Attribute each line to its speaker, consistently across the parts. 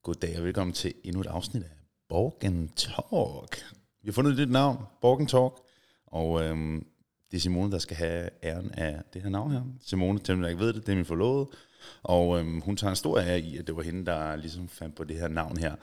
Speaker 1: Goddag og velkommen til endnu et afsnit af Borg & Talk. Vi har fundet et nyt navn, Borg & Talk, og det er Simone, der skal have æren af det her navn her. Simone, til dem der ikke ved det, det er min forlovede, og hun tager en stor ære i, at det var hende, der ligesom fandt på det her navn her.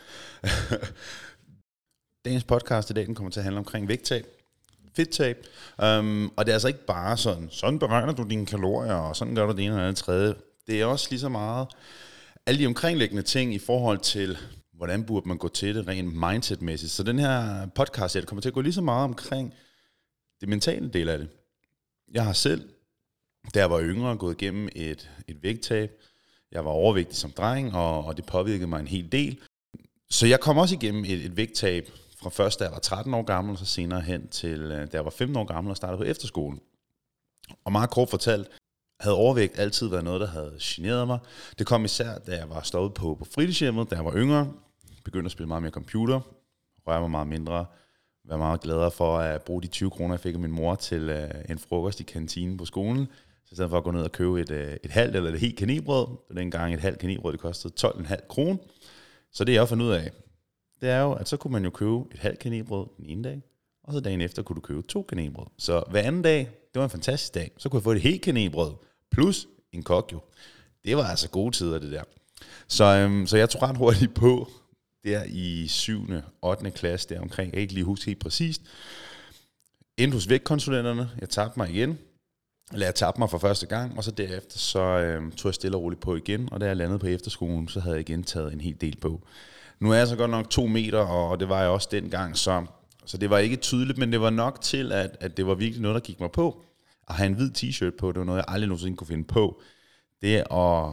Speaker 1: Dagens podcast i dag, den kommer til at handle omkring vægttab, fedttab, og det er altså ikke bare sådan beregner du dine kalorier, og sådan gør du det ene eller andet tredje. Det er også lige så meget alle de omkringliggende ting i forhold til, hvordan burde man gå til det rent mindsetmæssigt. Så den her podcast her, kommer til at gå lige så meget omkring det mentale del af det. Jeg har selv, da jeg var yngre, gået igennem et vægttab. Jeg var overvægtig som dreng, og det påvirkede mig en hel del. Så jeg kom også igennem et vægttab fra først, da jeg var 13 år gammel, og så senere hen til, da jeg var 15 år gammel og startede på efterskole. Og meget kort fortalt, havde overvægt altid været noget, der havde generet mig. Det kom især, da jeg var stoppet på fritidshjemmet, da jeg var yngre. Begyndte at spille meget mere computer, røre mig meget mindre, være meget gladere for at bruge de 20 kroner, jeg fik af min mor til en frokost i kantinen på skolen. Så i stedet for at gå ned og købe et halvt eller et helt kanelbrød, og dengang et halvt kanelbrød, det kostede 12,5 kroner. Så det jeg fandt ud af, det er jo, at så kunne man jo købe et halvt kanelbrød den ene dag, og så dagen efter kunne du købe 2 kanelbrød. Så hver anden dag, det var en fantastisk dag. Så kunne jeg få et helt kanelbrød, plus en kok jo. Det var altså gode tider, det der. Så jeg tog ret hurtigt på, der i 7. 8. klasse, der omkring, jeg kan ikke lige huske helt præcist, endte hos vægtkonsulenterne, jeg tabte mig igen, eller jeg tabte mig for første gang, og så derefter tog jeg stille og roligt på igen, og da jeg landede på efterskolen, så havde jeg igen taget en hel del på. Nu er jeg så godt nok 2 meter, og det var jeg også dengang, så det var ikke tydeligt, men det var nok til, at det var virkelig noget, der gik mig på. At have en hvid t-shirt på, det var noget, jeg aldrig nogensinde kunne finde på. Det at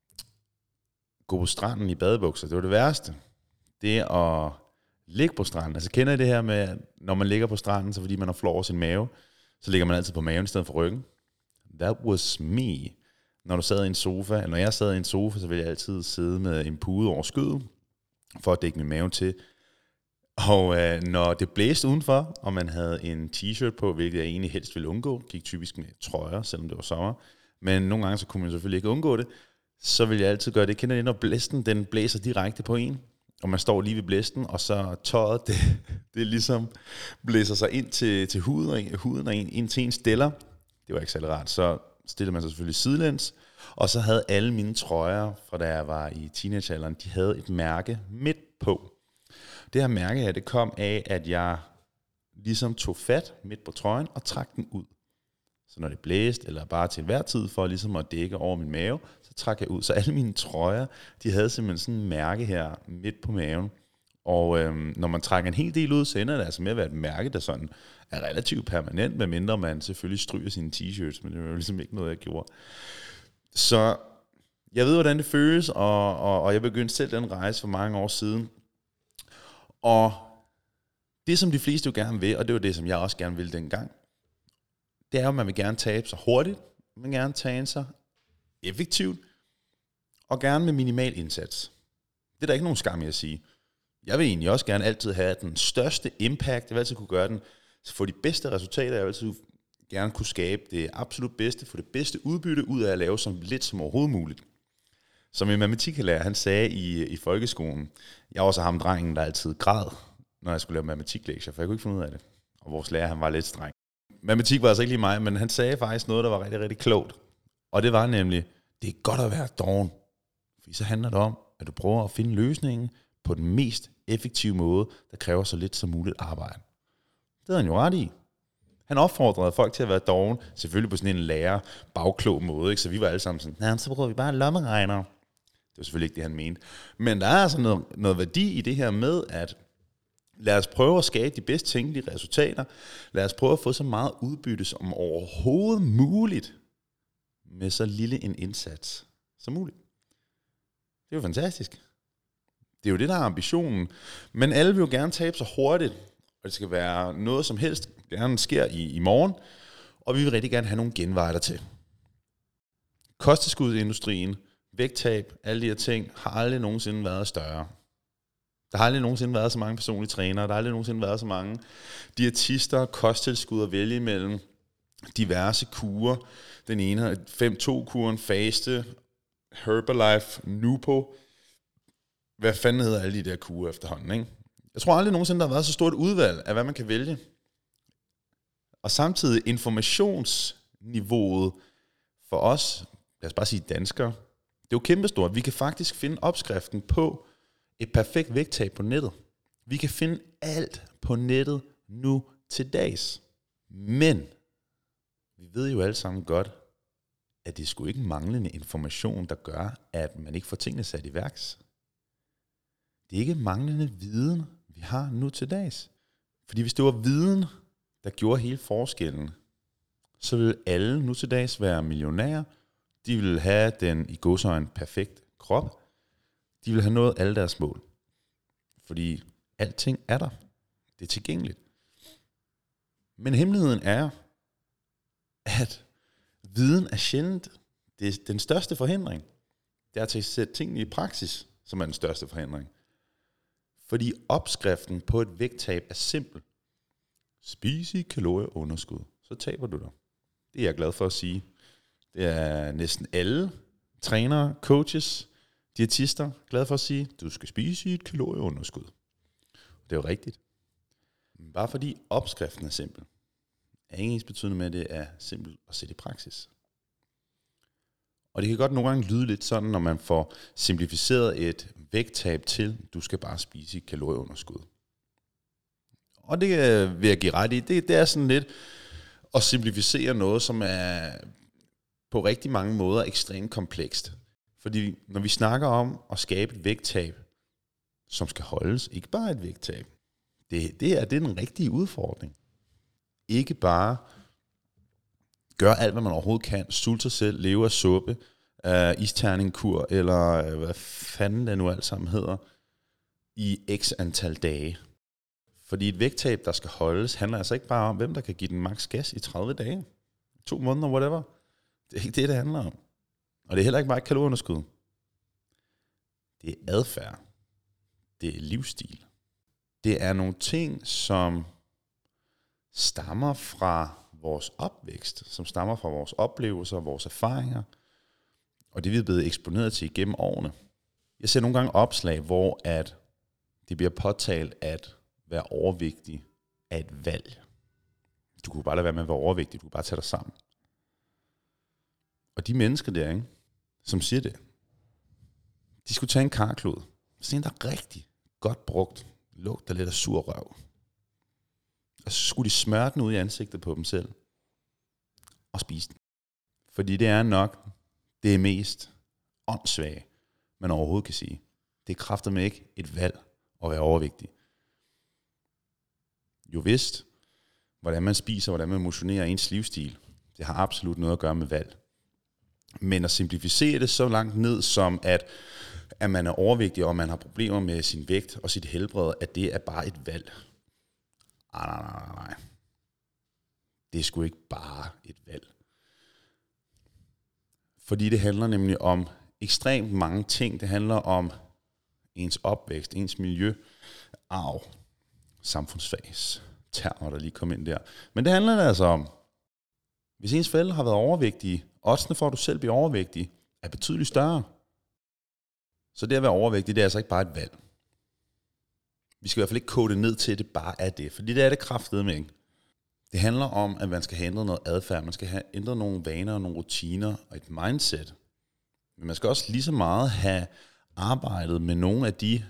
Speaker 1: gå på stranden i badebukser, det var det værste. Det at ligge på stranden, altså kender I det her med, at når man ligger på stranden, så fordi man har flår over sin mave, så ligger man altid på maven i stedet for ryggen. That was me. Når du sad i en sofa, eller når jeg sad i en sofa, så ville jeg altid sidde med en pude over skødet, for at dække min mave til. Og når det blæste udenfor, og man havde en t-shirt på, hvilket jeg egentlig helst ville undgå, gik typisk med trøjer, selvom det var sommer, men nogle gange så kunne man selvfølgelig ikke undgå det, så vil jeg altid gøre det. Kender det, når blæsten den blæser direkte på en, og man står lige ved blæsten, og så tøjet, det ligesom blæser sig ind til huden og ind til en stiller. Det var ikke særlig rart. Så stillede man sig selvfølgelig sidelæns, og så havde alle mine trøjer, fra da jeg var i teenagealderen, de havde et mærke midt på. Det her mærke her, det kom af, at jeg ligesom tog fat midt på trøjen og trak den ud. Så når det blæste, eller bare til hver tid for ligesom at dække over min mave, så trak jeg ud. Så alle mine trøjer, de havde simpelthen sådan en mærke her midt på maven. Og når man trækker en hel del ud, så ender det altså med at være et mærke, der sådan er relativt permanent, medmindre man selvfølgelig stryger sine t-shirts, men det var jo ligesom ikke noget, jeg gjorde. Så jeg ved, hvordan det føles, og jeg begyndte selv den rejse for mange år siden. Og det, som de fleste jo gerne vil, og det var det, som jeg også gerne ville dengang, det er jo, at man vil gerne tabe sig hurtigt, man vil gerne tabe sig effektivt, og gerne med minimal indsats. Det er der ikke nogen skam i at sige. Jeg vil egentlig også gerne altid have den største impact, jeg vil altid kunne gøre den, så få de bedste resultater, jeg vil altid gerne kunne skabe det absolut bedste, få det bedste udbytte ud af at lave så lidt som overhovedet muligt. Som en matematiklærer, han sagde i folkeskolen, jeg var også ham drengen, der altid græd, når jeg skulle lave matematiklektier, for jeg kunne ikke finde ud af det. Og vores lærer, han var lidt streng. Matematik var altså ikke lige mig, men han sagde faktisk noget, der var rigtig, rigtig klogt. Og det var nemlig, det er godt at være doven. For så handler det om, at du prøver at finde løsningen på den mest effektive måde, der kræver så lidt som muligt arbejde. Det havde han jo ret i. Han opfordrede folk til at være doven, selvfølgelig på sådan en lærer, bagklog måde, ikke? Så vi var alle sammen sådan, nej, så bruger vi bare lommeregner. Det var selvfølgelig ikke det, han mente. Men der er altså noget værdi i det her med, at lad os prøve at skabe de bedst tænkelige resultater. Lad os prøve at få så meget udbytte som overhovedet muligt med så lille en indsats som muligt. Det er jo fantastisk. Det er jo det, der er ambitionen. Men alle vil jo gerne tabe sig hurtigt, og det skal være noget, som helst gerne sker i morgen, og vi vil rigtig gerne have nogle genveje dertil. Kosttilskudsindustrien, vægttab, alle de her ting, har aldrig nogensinde været større. Der har aldrig nogensinde været så mange personlige trænere, der har aldrig nogensinde været så mange diætister, kosttilskud at vælge imellem, diverse kurer. Den ene har 5-2-kuren, faste, Herbalife, Nupo, hvad fanden hedder alle de der kurer efterhånden, ikke? Jeg tror aldrig nogensinde, der har været så stort udvalg af, hvad man kan vælge. Og samtidig informationsniveauet for os, lad os bare sige danskere, det er jo kæmpestort. Vi kan faktisk finde opskriften på et perfekt vægttab på nettet. Vi kan finde alt på nettet nu til dags. Men vi ved jo alle sammen godt, at det er sgu ikke manglende information, der gør, at man ikke får tingene sat i værks. Det er ikke manglende viden, vi har nu til dags. Fordi hvis det var viden, der gjorde hele forskellen, så ville alle nu til dags være millionærer. De ville have den i gåseøjne perfekt krop. De ville have nået alle deres mål. Fordi alting er der. Det er tilgængeligt. Men hemmeligheden er, at viden er sjældent det er den største forhindring. Det er til at sætte tingene i praksis, som er den største forhindring. Fordi opskriften på et vægttab er simpel. Spis i kalorieunderskud, så taber du dig. Det er jeg glad for at sige. Det er næsten alle trænere, coaches, diætister glade for at sige, du skal spise i et kalorieunderskud. Det er jo rigtigt. Men bare fordi opskriften er simpel, er ikke ens betydende med, at det er simpelt at sætte i praksis. Og det kan godt nogle gange lyde lidt sådan, når man får simplificeret et vægttab til, du skal bare spise i et kalorieunderskud. Og det vil jeg give ret i. Det er sådan lidt at simplificere noget, som er på rigtig mange måder ekstremt komplekst. Fordi når vi snakker om at skabe et vægttab, som skal holdes, ikke bare et vægttab, det er den rigtige udfordring. Ikke bare gøre alt, hvad man overhovedet kan, sulte sig selv, leve af suppe, isterningkur, eller hvad fanden det nu alt sammen hedder, i x antal dage. Fordi et vægttab, der skal holdes, handler altså ikke bare om, hvem der kan give den maks gas i 30 dage, 2 måneder, whatever. Det er ikke det handler om. Og det er heller ikke bare et kalorieunderskud. Det er adfærd. Det er livsstil. Det er nogle ting, som stammer fra vores opvækst, som stammer fra vores oplevelser, vores erfaringer, og det vi er blevet eksponeret til igennem årene. Jeg ser nogle gange opslag, hvor at det bliver påtalt, at være overvægtig er et valg. Du kunne bare lade være med at være overvægtig, du kunne bare tage dig sammen. Og de mennesker der, ikke, som siger det, de skulle tage en karklud, sådan en, der er rigtig godt brugt, lugter lidt af sur røv. Og så skulle de smøre den ud i ansigtet på dem selv, og spise den. Fordi det er nok det mest åndssvage, man overhovedet kan sige. Det er kraftedeme ikke et valg at være overvægtig. Jo vist, hvordan man spiser, hvordan man motionerer ens livsstil, det har absolut noget at gøre med valg. Men at simplificere det så langt ned, som at man er overvægtig, og man har problemer med sin vægt og sit helbred, at det er bare et valg. Nej. Det er sgu ikke bare et valg. Fordi det handler nemlig om ekstremt mange ting. Det handler om ens opvækst, ens miljø, arv, samfundsfags, termer, der lige kom ind der. Men det handler altså om, hvis ens forældre har været overvægtige, oddsene for, at du selv bliver overvægtig, er betydeligt større. Så det at være overvægtig, det er altså ikke bare et valg. Vi skal i hvert fald ikke kode det ned til, at det bare er det, fordi det er det kraftedeme ikke. Det handler om, at man skal have ændret noget adfærd, man skal have ændret nogle vaner, nogle rutiner og et mindset. Men man skal også lige så meget have arbejdet med nogle af de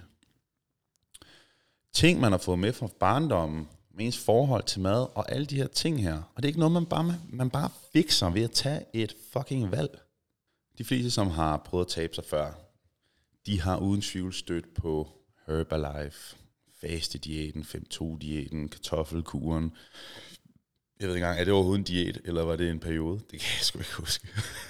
Speaker 1: ting, man har fået med fra barndommen, med ens forhold til mad og alle de her ting her. Og det er ikke noget, man bare fikser ved at tage et fucking valg. De fleste, som har prøvet at tabe sig før, de har uden tvivl stødt på Herbalife, fastediæten, 5-2-diæten, kartoffelkuren. Jeg ved ikke engang, er det overhovedet en diæt, eller var det en periode? Det kan jeg sgu ikke huske.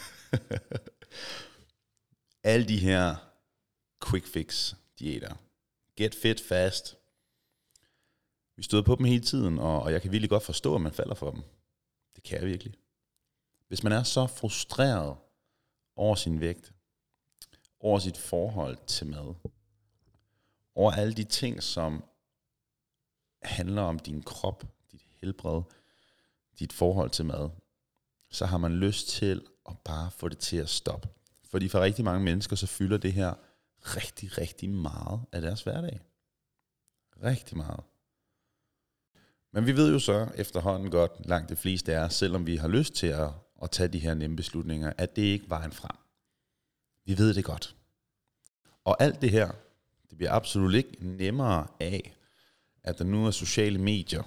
Speaker 1: Alle de her quick fix diæter. Get fit fast. Vi støder på dem hele tiden, og jeg kan virkelig godt forstå, at man falder for dem. Det kan jeg virkelig. Hvis man er så frustreret over sin vægt, over sit forhold til mad, over alle de ting, som handler om din krop, dit helbred, dit forhold til mad, så har man lyst til at bare få det til at stoppe. Fordi for rigtig mange mennesker, så fylder det her rigtig, rigtig meget af deres hverdag. Rigtig meget. Men vi ved jo så efterhånden godt, langt det fleste er, selvom vi har lyst til at tage de her nemme beslutninger, at det ikke er vejen frem. Vi ved det godt. Og alt det her, det bliver absolut ikke nemmere af, at der nu er sociale medier,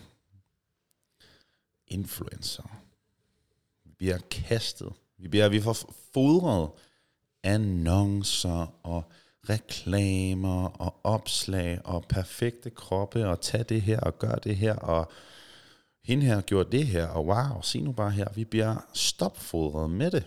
Speaker 1: influencer, vi bliver kastet, vi får fodret annoncer og reklamer og opslag og perfekte kroppe og tag det her og gør det her og hende her gjorde det her og wow, se nu bare her, vi bliver stopfodret med det.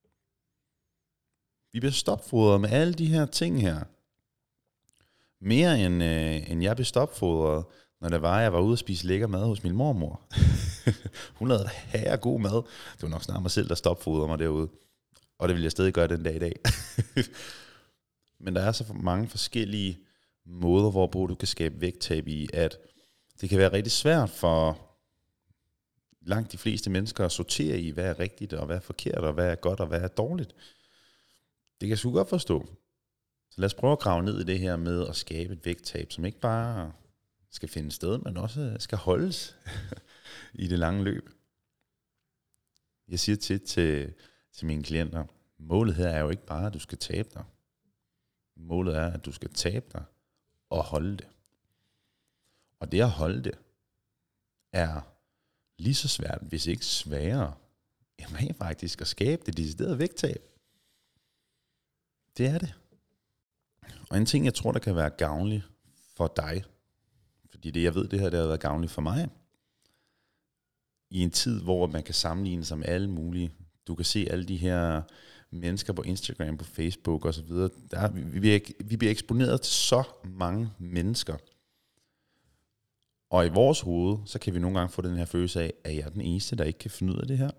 Speaker 1: Vi bliver stopfodret med alle de her ting her. Mere end jeg blev stopfodret, når jeg var ude at spise lækker mad hos min mormor. Hun lavede her god mad. Det var nok snart mig selv, der stopfodrede mig derude. Og det vil jeg stadig gøre den dag i dag. Men der er så mange forskellige måder, hvorpå du kan skabe vægttab i, at det kan være rigtig svært for langt de fleste mennesker at sortere i, hvad er rigtigt og hvad er forkert, og hvad er godt og hvad er dårligt. Det kan jeg sgu godt forstå. Så lad os prøve at grave ned i det her med at skabe et vægttab, som ikke bare skal finde sted, men også skal holdes i det lange løb. Jeg siger tit til mine klienter, målet her er jo ikke bare, at du skal tabe dig. Målet er, at du skal tabe dig og holde det. Og det at holde det er lige så svært, hvis ikke sværere, end rent faktisk at skabe det deciderede vægttab. Det er det. Og en ting, jeg tror, der kan være gavnlig for dig, fordi det, jeg ved, det her, det har været gavnligt for mig, i en tid, hvor man kan sammenligne sig med alle mulige. Du kan se alle de her mennesker på Instagram, på Facebook og så videre. Vi bliver eksponeret til så mange mennesker. Og i vores hoved, så kan vi nogle gange få den her følelse af, at jeg er den eneste, der ikke kan finde ud af det her.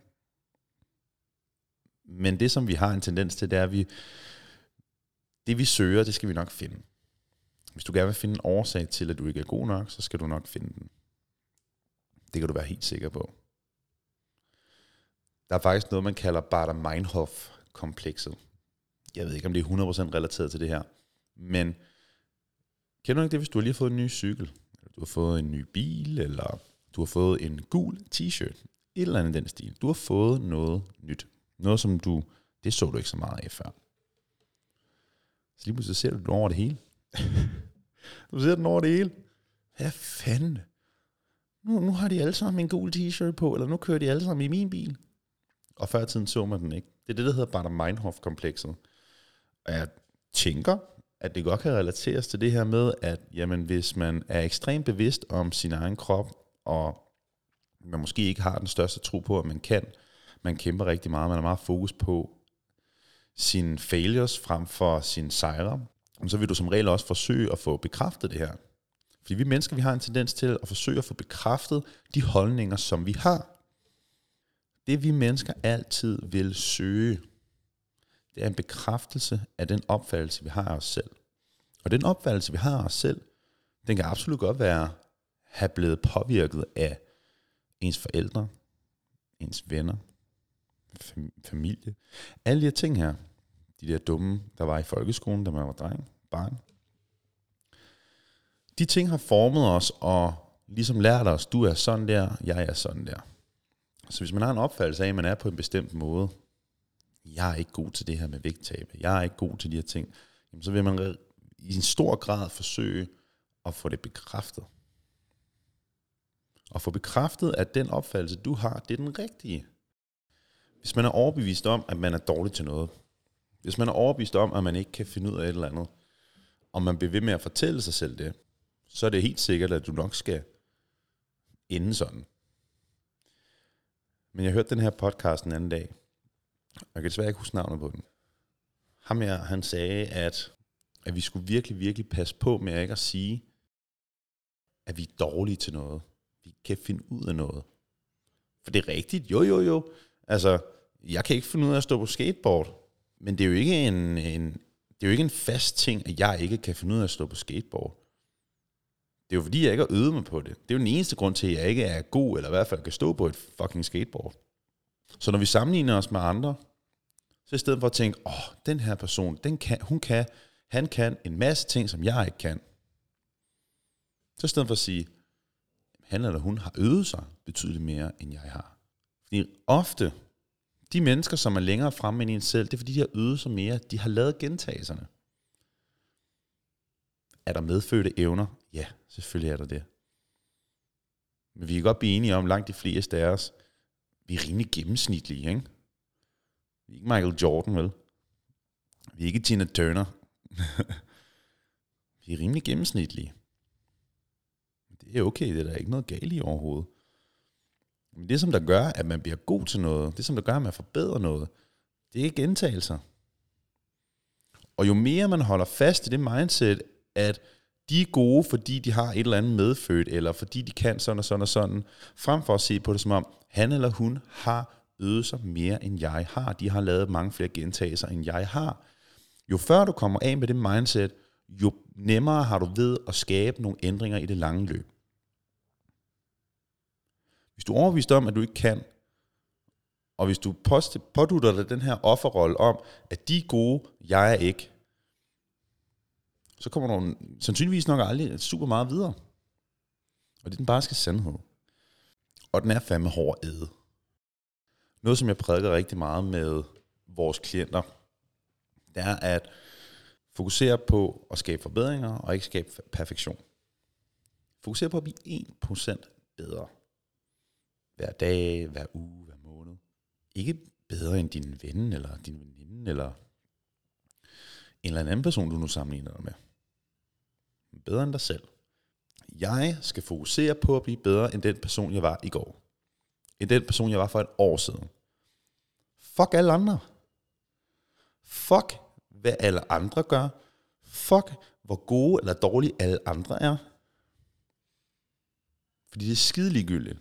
Speaker 1: Men det, som vi har en tendens til, det er, at det vi søger, det skal vi nok finde. Hvis du gerne vil finde en årsag til, at du ikke er god nok, så skal du nok finde den. Det kan du være helt sikker på. Der er faktisk noget, man kalder Baader-Meinhof-komplekset. Jeg ved ikke, om det er 100% relateret til det her. Men kender du ikke det, hvis du har lige fået en ny cykel? Eller du har fået en ny bil, eller du har fået en gul t-shirt? Et eller andet i den stil. Du har fået noget nyt. Noget, som det så du ikke så meget af før. Så lige pludselig ser du den over det hele. Du ser den over det hele. Hvad fanden? Nu har de alle sammen en gul t-shirt på, eller nu kører de alle sammen i min bil. Og før i tiden så man den ikke. Det er det, der hedder Baader-Meinhof-komplekset. Og jeg tænker, at det godt kan relateres til det her med, at jamen, hvis man er ekstremt bevidst om sin egen krop, og man måske ikke har den største tro på, at man kæmper rigtig meget, man har meget fokus på sine failures frem for sine sejre, så vil du som regel også forsøge at få bekræftet det her. Fordi vi mennesker, vi har en tendens til at forsøge at få bekræftet de holdninger, som vi har. Det vi mennesker altid vil søge, det er en bekræftelse af den opfattelse, vi har af os selv. Og den opfattelse, vi har af os selv, den kan absolut godt have blevet påvirket af ens forældre, ens venner, familie. Alle de her ting her, de der dumme, der var i folkeskolen, da man var barn. De ting har formet os og ligesom lært os, du er sådan der, jeg er sådan der. Så hvis man har en opfattelse af, at man er på en bestemt måde, jeg er ikke god til det her med vægttab, jeg er ikke god til de her ting, jamen så vil man i en stor grad forsøge at få det bekræftet. Og få bekræftet, at den opfattelse, du har, det er den rigtige. Hvis man er overbevist om, at man er dårlig til noget, hvis man er overbevist om, at man ikke kan finde ud af et eller andet, og man bliver ved med at fortælle sig selv det, så er det helt sikkert, at du nok skal ende sådan. Men jeg hørte den her podcast en anden dag, og jeg kan desværre ikke huske navnet på den. Ham her, han sagde, at vi skulle virkelig, virkelig passe på med ikke at sige, at vi er dårlige til noget. Vi kan finde ud af noget. For det er rigtigt, jo. Altså, jeg kan ikke finde ud af at stå på skateboard, men det er jo ikke en fast ting, at jeg ikke kan finde ud af at stå på skateboard. Det er jo fordi, jeg ikke har øvet mig på det. Det er jo den eneste grund til, at jeg ikke er god, eller i hvert fald kan stå på et fucking skateboard. Så når vi sammenligner os med andre, så i stedet for at tænke, den her person, hun kan Han kan en masse ting, som jeg ikke kan. Så i stedet for at sige, han eller hun har øvet sig betydeligt mere, end jeg har. Fordi ofte, de mennesker, som er længere fremme end en selv, det er fordi, de har øvet sig mere. De har lavet gentagelserne. Er der medfødte evner? Ja, selvfølgelig er der det. Men vi kan godt blive enige om, langt de fleste af os, vi er rimelig gennemsnitlige, ikke? Vi er ikke Michael Jordan, vel? Vi er ikke Tina Turner. Vi er rimelig gennemsnitlige. Det er okay, det er der ikke noget galt i overhovedet. Men det, som der gør, at man bliver god til noget, det, som der gør, at man forbedrer noget, det er gentagelser. Og jo mere man holder fast i det mindset, at de er gode, fordi de har et eller andet medfødt, eller fordi de kan sådan og sådan og sådan, frem for at se på det som om, han eller hun har øvet sig mere, end jeg har. De har lavet mange flere gentagelser, end jeg har. Jo før du kommer af med det mindset, jo nemmere har du ved at skabe nogle ændringer i det lange løb. Hvis du er overbevist om, at du ikke kan, og hvis du pådutter dig den her offerrolle om, at de er gode, jeg er ikke, så kommer du sandsynligvis nok aldrig super meget videre. Og det er den barske sandhed. Og den er fandme hård at æde. Noget, som jeg prædiker rigtig meget med vores klienter, det er at fokusere på at skabe forbedringer, og ikke skabe perfektion. Fokusere på at blive 1% bedre. Hver dag, hver uge, hver måned. Ikke bedre end din ven, eller din veninde, eller en eller anden person, du nu sammenligner dig med. Bedre end dig selv. Jeg skal fokusere på at blive bedre end den person, jeg var i går. End den person, jeg var for et år siden. Fuck alle andre. Fuck, hvad alle andre gør. Fuck, hvor gode eller dårlige alle andre er. Fordi det er skide ligegyldigt.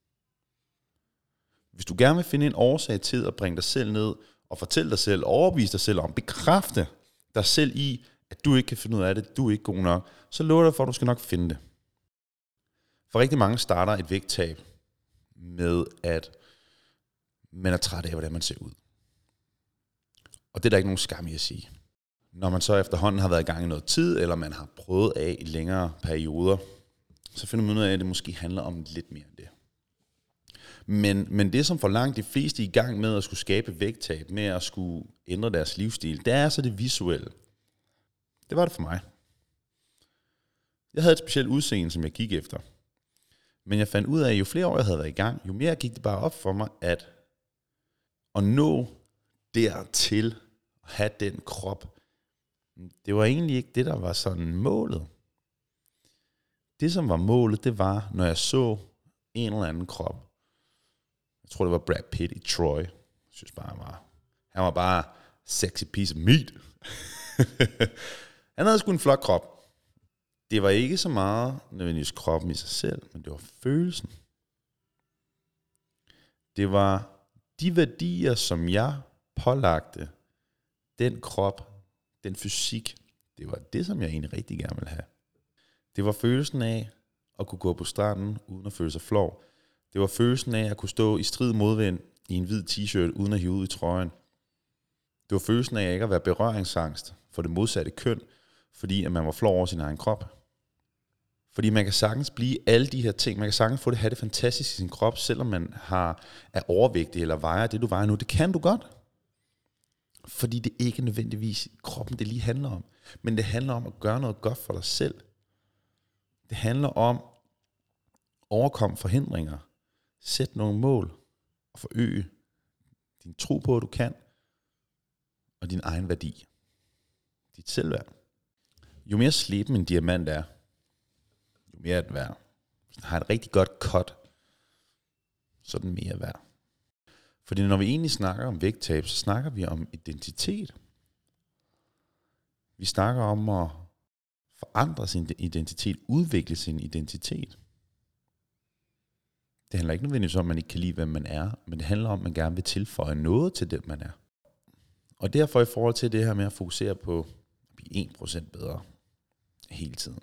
Speaker 1: Hvis du gerne vil finde en årsag til at bringe dig selv ned, og fortælle dig selv, overbevise dig selv om, bekræfte dig selv i, at du ikke kan finde ud af det, du er ikke god nok, så lover jeg for, at du skal nok finde det. For rigtig mange starter et vægttab med, at man er træt af, hvordan man ser ud. Og det er der ikke nogen skam i at sige. Når man så efterhånden har været i gang i noget tid, eller man har prøvet af i længere perioder, så finder man ud af, at det måske handler om lidt mere end det. Men det, som for langt de fleste er i gang med at skulle skabe vægttab, med at skulle ændre deres livsstil, det er så det visuelle. Det var det for mig. Jeg havde et specielt udseende, som jeg gik efter. Men jeg fandt ud af, at jo flere år jeg havde været i gang, jo mere gik det bare op for mig, at nå dertil at have den krop, det var egentlig ikke det, der var sådan målet. Det, som var målet, det var, når jeg så en eller anden krop. Jeg tror, det var Brad Pitt i Troy. Jeg synes bare, han var bare sexy piece of meat. Han havde sgu en flot krop. Det var ikke så meget nødvendigvis kroppen i sig selv, men det var følelsen. Det var de værdier, som jeg pålagte, den krop, den fysik, det var det, som jeg egentlig rigtig gerne ville have. Det var følelsen af at kunne gå på stranden, uden at føle sig flov. Det var følelsen af at kunne stå i strid modvind i en hvid t-shirt, uden at hive ud i trøjen. Det var følelsen af ikke at være berøringsangst for det modsatte køn, fordi at man var flov over sin egen krop. Fordi man kan sagtens blive alle de her ting, man kan sagtens få det, have det fantastisk i sin krop, selvom man er overvægtig eller vejer det, du vejer nu. Det kan du godt. Fordi det ikke nødvendigvis kroppen, det lige handler om. Men det handler om at gøre noget godt for dig selv. Det handler om at overkomme forhindringer. Sæt nogle mål og forøge din tro på, at du kan, og din egen værdi. Dit selvværd. Jo mere sleben en diamant er, jo mere er den værd. Hvis den har et rigtig godt cut, så er den mere værd. Fordi når vi egentlig snakker om vægttab, så snakker vi om identitet. Vi snakker om at forandre sin identitet, udvikle sin identitet. Det handler ikke nødvendigvis om, at man ikke kan lide, hvem man er, men det handler om, at man gerne vil tilføje noget til det, man er. Og derfor i forhold til det her med at fokusere på at blive 1% bedre hele tiden.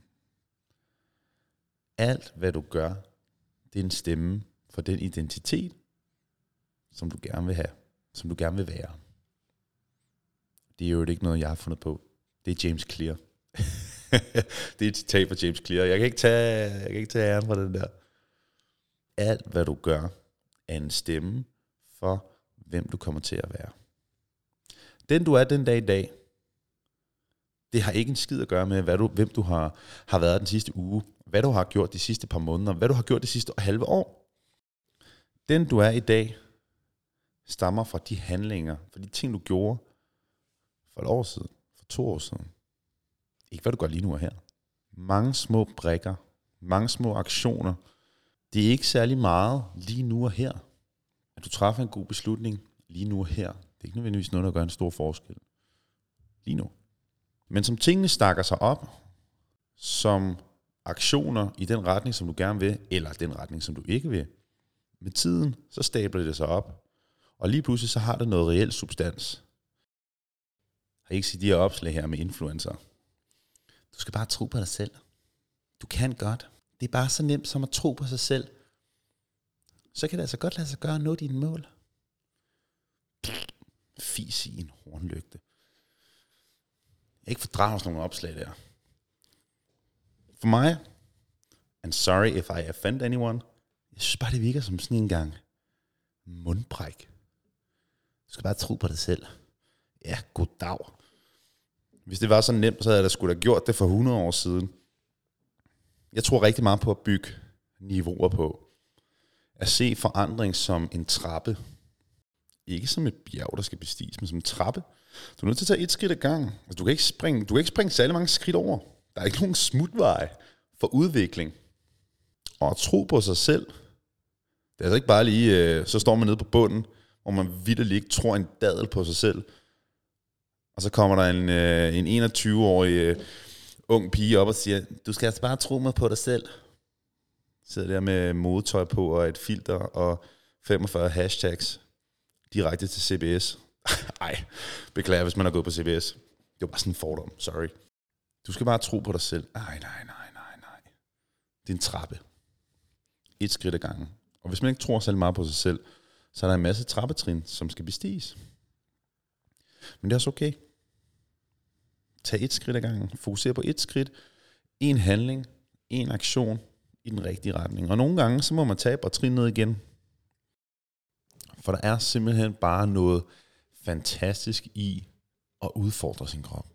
Speaker 1: Alt, hvad du gør, det er en stemme for den identitet, som du gerne vil have, som du gerne vil være. Det er jo ikke noget, jeg har fundet på. Det er James Clear. Det er et citat fra James Clear. Jeg kan ikke tage æren fra den der. Alt, hvad du gør, er en stemme for, hvem du kommer til at være. Den du er den dag i dag, det har ikke en skid at gøre med, hvem du har været den sidste uge, hvad du har gjort de sidste par måneder, hvad du har gjort det sidste halve år. Den du er i dag, stammer fra de handlinger, fra de ting, du gjorde for et år siden, for 2 år siden. Ikke hvad du gør lige nu og her. Mange små brikker, mange små aktioner. Det er ikke særlig meget lige nu og her. At du træffer en god beslutning lige nu og her. Det er ikke nødvendigvis noget, der gør en stor forskel. Lige nu. Men som tingene stakker sig op, som aktioner i den retning, som du gerne vil, eller den retning, som du ikke vil, med tiden, så stabler det sig op. Og lige pludselig, så har det noget reelt substans. Har I ikke set de her opslag her med influencer? Du skal bare tro på dig selv. Du kan godt. Det er bare så nemt som at tro på sig selv. Så kan det altså godt lade sig gøre at nå dine mål. Fis i en hornlygte. Jeg ikke fordrager sådan nogle opslag der. For mig, and sorry if I offend anyone, jeg synes bare, det virker som sådan en gang mundbræk. Du skal bare tro på dig selv. Ja, goddag. Hvis det var så nemt, så havde jeg da skulle have gjort det for 100 år siden. Jeg tror rigtig meget på at bygge niveauer på. At se forandring som en trappe. Ikke som et bjerg, der skal bestiges, men som en trappe. Du er nødt til at tage et skridt ad gangen. Altså, du kan ikke springe særlig mange skridt over. Der er ikke nogen smutveje for udvikling. Og at tro på sig selv. Det er altså ikke bare lige, så står man nede på bunden, hvor man vitterligt ikke tror en dadel på sig selv. Og så kommer der en 21-årig ung pige op og siger, du skal altså bare tro mig på dig selv. Sidder der med modetøj på og et filter og 45 hashtags direkte til CBS. Ej, beklager, hvis man har gået på CBS. Det var bare sådan en fordom, sorry. Du skal bare tro på dig selv. Nej. Det er en trappe. Et skridt ad gangen. Og hvis man ikke tror selv meget på sig selv, så er der en masse trappetrin, som skal bestiges. Men det er også okay. Tag et skridt ad gangen. Fokuser på et skridt, en handling, en aktion i den rigtige retning. Og nogle gange, så må man tage et trin ned igen. For der er simpelthen bare noget fantastisk i at udfordre sin krop.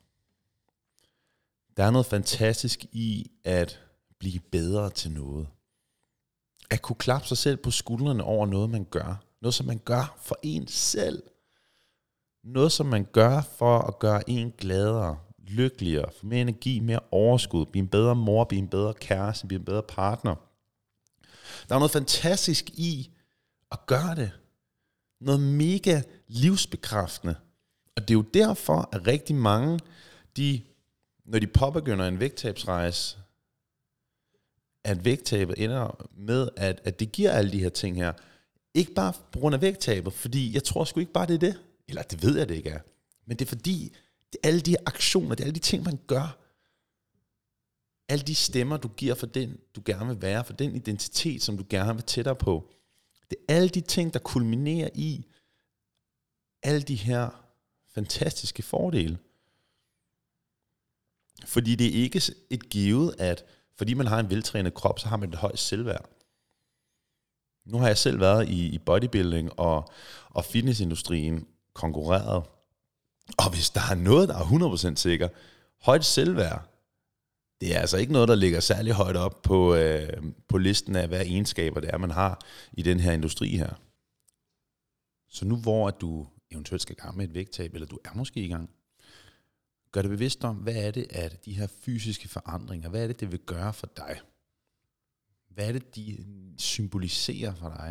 Speaker 1: Der er noget fantastisk i at blive bedre til noget. At kunne klappe sig selv på skuldrene over noget, man gør. Noget, som man gør for en selv. Noget, som man gør for at gøre en gladere, lykkeligere, få mere energi, mere overskud, blive en bedre mor, blive en bedre kæreste, blive en bedre partner. Der er noget fantastisk i at gøre det. Noget mega livsbekræftende. Og det er jo derfor, at rigtig mange, når de påbegynder en vægttabsrejse, at vægttabet ender med, at det giver alle de her ting her. Ikke bare på grund af vægttabet, fordi jeg tror sgu ikke bare, det er det. Eller det ved jeg, det ikke er. Men det er fordi, det er alle de her aktioner, det er alle de ting, man gør. Alle de stemmer, du giver for den, du gerne vil være, for den identitet, som du gerne vil tættere på. Det er alle de ting, der kulminerer i alle de her fantastiske fordele. Fordi det er ikke et givet, at fordi man har en veltrænet krop, så har man et højt selvværd. Nu har jeg selv været i bodybuilding og fitnessindustrien konkurreret. Og hvis der er noget, der er 100% sikker, højt selvværd, det er altså ikke noget, der ligger særlig højt op på listen af, hvad egenskaber det er, man har i den her industri her. Så nu hvor at du eventuelt skal i gang med et vægttab, eller du er måske i gang, gør dig bevidst om, hvad er det, at de her fysiske forandringer, hvad er det, det vil gøre for dig? Hvad er det, de symboliserer for dig?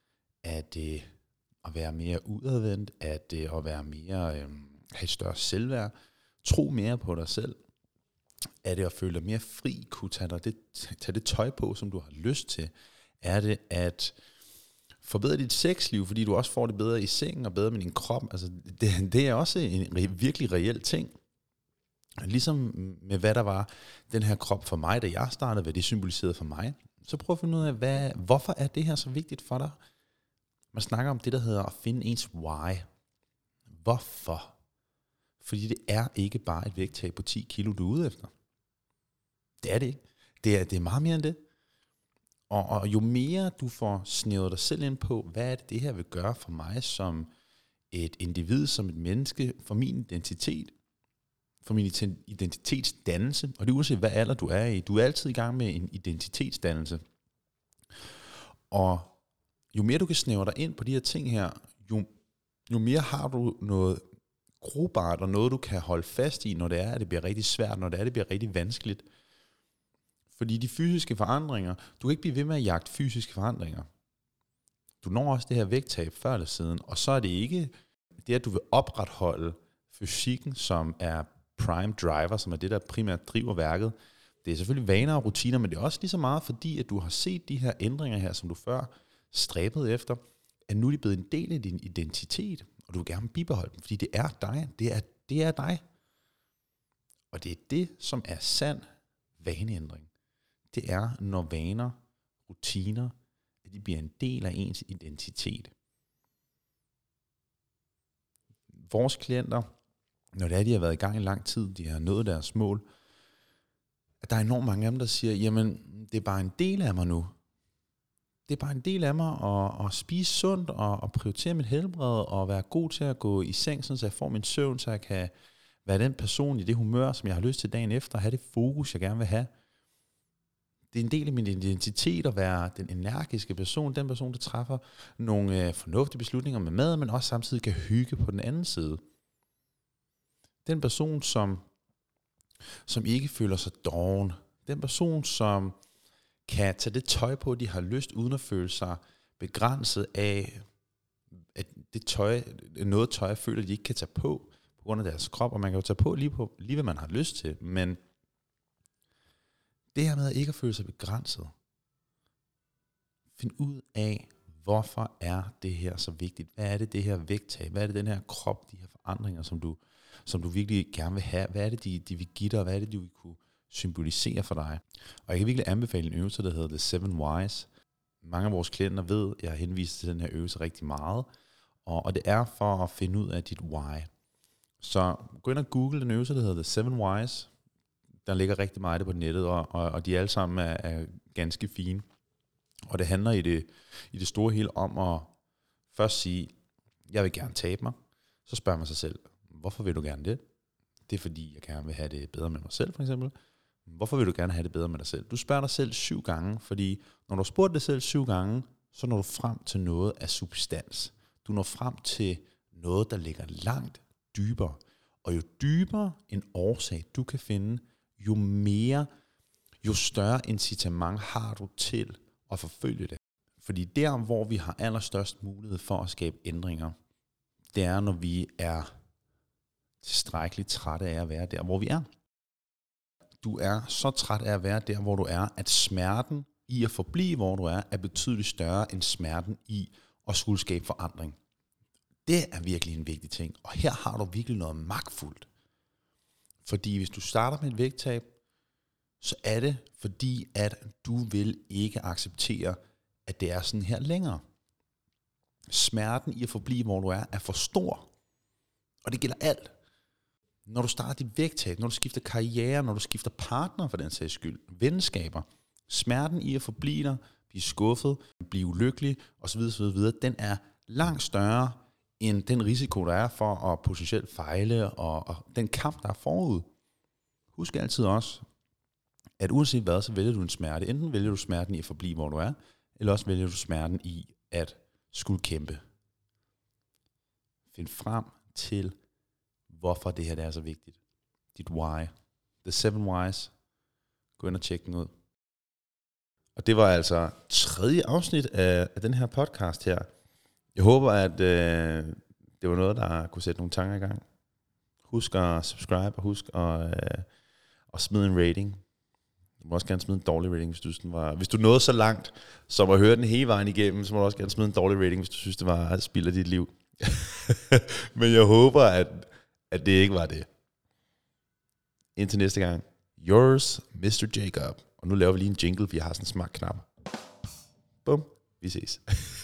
Speaker 1: At være mere udadvendt, at være mere, have et større selvværd, tro mere på dig selv, er det at føle dig mere fri, kunne tage det tøj på, som du har lyst til? Er det at forbedre dit sexliv, fordi du også får det bedre i sengen og bedre med din krop? Altså, det er også en virkelig reel ting. Ligesom med hvad der var den her krop for mig, da jeg startede, hvad det symboliserede for mig, så prøv at finde ud af, hvorfor er det her så vigtigt for dig? Man snakker om det, der hedder at finde ens why. Hvorfor? Fordi det er ikke bare et vægttab på 10 kilo, du er ude efter. Det er det ikke. Det er meget mere end det. Og jo mere du får snævet dig selv ind på, hvad er det her vil gøre for mig som et individ, som et menneske, for min identitet, for min identitetsdannelse, og det er uanset hvad alder du er i. Du er altid i gang med en identitetsdannelse. Og jo mere du kan snævre dig ind på de her ting her, jo mere har du noget brugbart og noget, du kan holde fast i, når det er, at det bliver rigtig svært, når det er, at det bliver rigtig vanskeligt. Fordi de fysiske forandringer, du kan ikke blive ved med at jagte fysiske forandringer. Du når også det her vægttab før eller siden, og så er det ikke det, at du vil opretholde fysikken, som er prime driver, som er det, der primært driver værket. Det er selvfølgelig vaner og rutiner, men det er også lige så meget fordi, at du har set de her ændringer her, som du før stræbede efter, at nu er de blevet en del af din identitet, og du vil gerne bibeholde dem, fordi det er dig. Det er dig. Og det er det, som er sand vaneændring. Det er, når vaner, rutiner, at de bliver en del af ens identitet. Vores klienter, når det er, de har været i gang i lang tid, de har nået deres mål, at der er enormt mange af dem, der siger, jamen, det er bare en del af mig nu. Det er bare en del af mig at spise sundt og prioritere mit helbred og være god til at gå i seng, så jeg får min søvn, så jeg kan være den person i det humør, som jeg har lyst til dagen efter, have det fokus, jeg gerne vil have. Det er en del af min identitet at være den energiske person, den person, der træffer nogle fornuftige beslutninger med mad, men også samtidig kan hygge på den anden side. Den person, som ikke føler sig doven. Den person, som kan tage det tøj på, de har lyst, uden at føle sig begrænset af, at det tøj, noget tøj, føler, de ikke kan tage på grund af deres krop, og man kan jo tage på lige hvad man har lyst til, men det her med ikke at føle sig begrænset, find ud af, hvorfor er det her så vigtigt? Hvad er det her vægttab? Hvad er det den her krop, de her forandringer, som du virkelig gerne vil have? Hvad er det, de vil give dig? Hvad er det, de vil kunne symbolisere for dig? Og jeg kan virkelig anbefale en øvelse, der hedder The 7 Whys. Mange af vores klienter ved, at jeg har henvist til den her øvelse rigtig meget, og det er for at finde ud af dit why. Så gå ind og google den øvelse, der hedder The 7 Whys. Der ligger rigtig meget på nettet, og de alle sammen er ganske fine. Og det handler i det store hele om at først sige, jeg vil gerne tabe mig. Så spørger man sig selv, hvorfor vil du gerne det? Det er fordi, jeg gerne vil have det bedre med mig selv, for eksempel. Hvorfor vil du gerne have det bedre med dig selv? Du spørger dig selv 7 gange, fordi når du har spurgt dig selv 7 gange, så når du frem til noget af substans. Du når frem til noget, der ligger langt dybere. Og jo dybere en årsag, du kan finde, jo større incitament har du til at forfølge det. Fordi der, hvor vi har allerstørst mulighed for at skabe ændringer, det er, når vi er tilstrækkeligt trætte af at være der, hvor vi er. Du er så træt af at være der, hvor du er, at smerten i at forblive, hvor du er betydeligt større end smerten i at skulle skabe forandring. Det er virkelig en vigtig ting, og her har du virkelig noget magtfuldt. Fordi hvis du starter med et vægttab, så er det fordi, at du vil ikke acceptere, at det er sådan her længere. Smerten i at forblive, hvor du er for stor. Og det gælder alt. Når du starter dit vægttab, når du skifter karriere, når du skifter partner for den sags skyld, venskaber, smerten i at forblive dig, blive skuffet, blive ulykkelig osv., den er langt større end den risiko, der er for at potentielt fejle, og den kamp, der er forud. Husk altid også, at uanset hvad, så vælger du en smerte. Enten vælger du smerten i at forblive, hvor du er, eller også vælger du smerten i at skulle kæmpe. Find frem til, hvorfor det her det er så vigtigt. Dit why. The 7 Whys. Gå ind og tjek den ud. Og det var altså 3. afsnit af den her podcast her. Jeg håber, at det var noget, der kunne sætte nogle tanker i gang. Husk at subscribe, og husk at smide en rating. Du må også gerne smide en dårlig rating, hvis du nåede så langt, som at høre den hele vejen igennem, så må du også gerne smide en dårlig rating, hvis du synes, det var spild af dit liv. Men jeg håber, at det ikke var det. Indtil næste gang. Yours, Mr. Jacob. Og nu laver vi lige en jingle, for jeg har sådan en smart knap. Bum. Vi ses.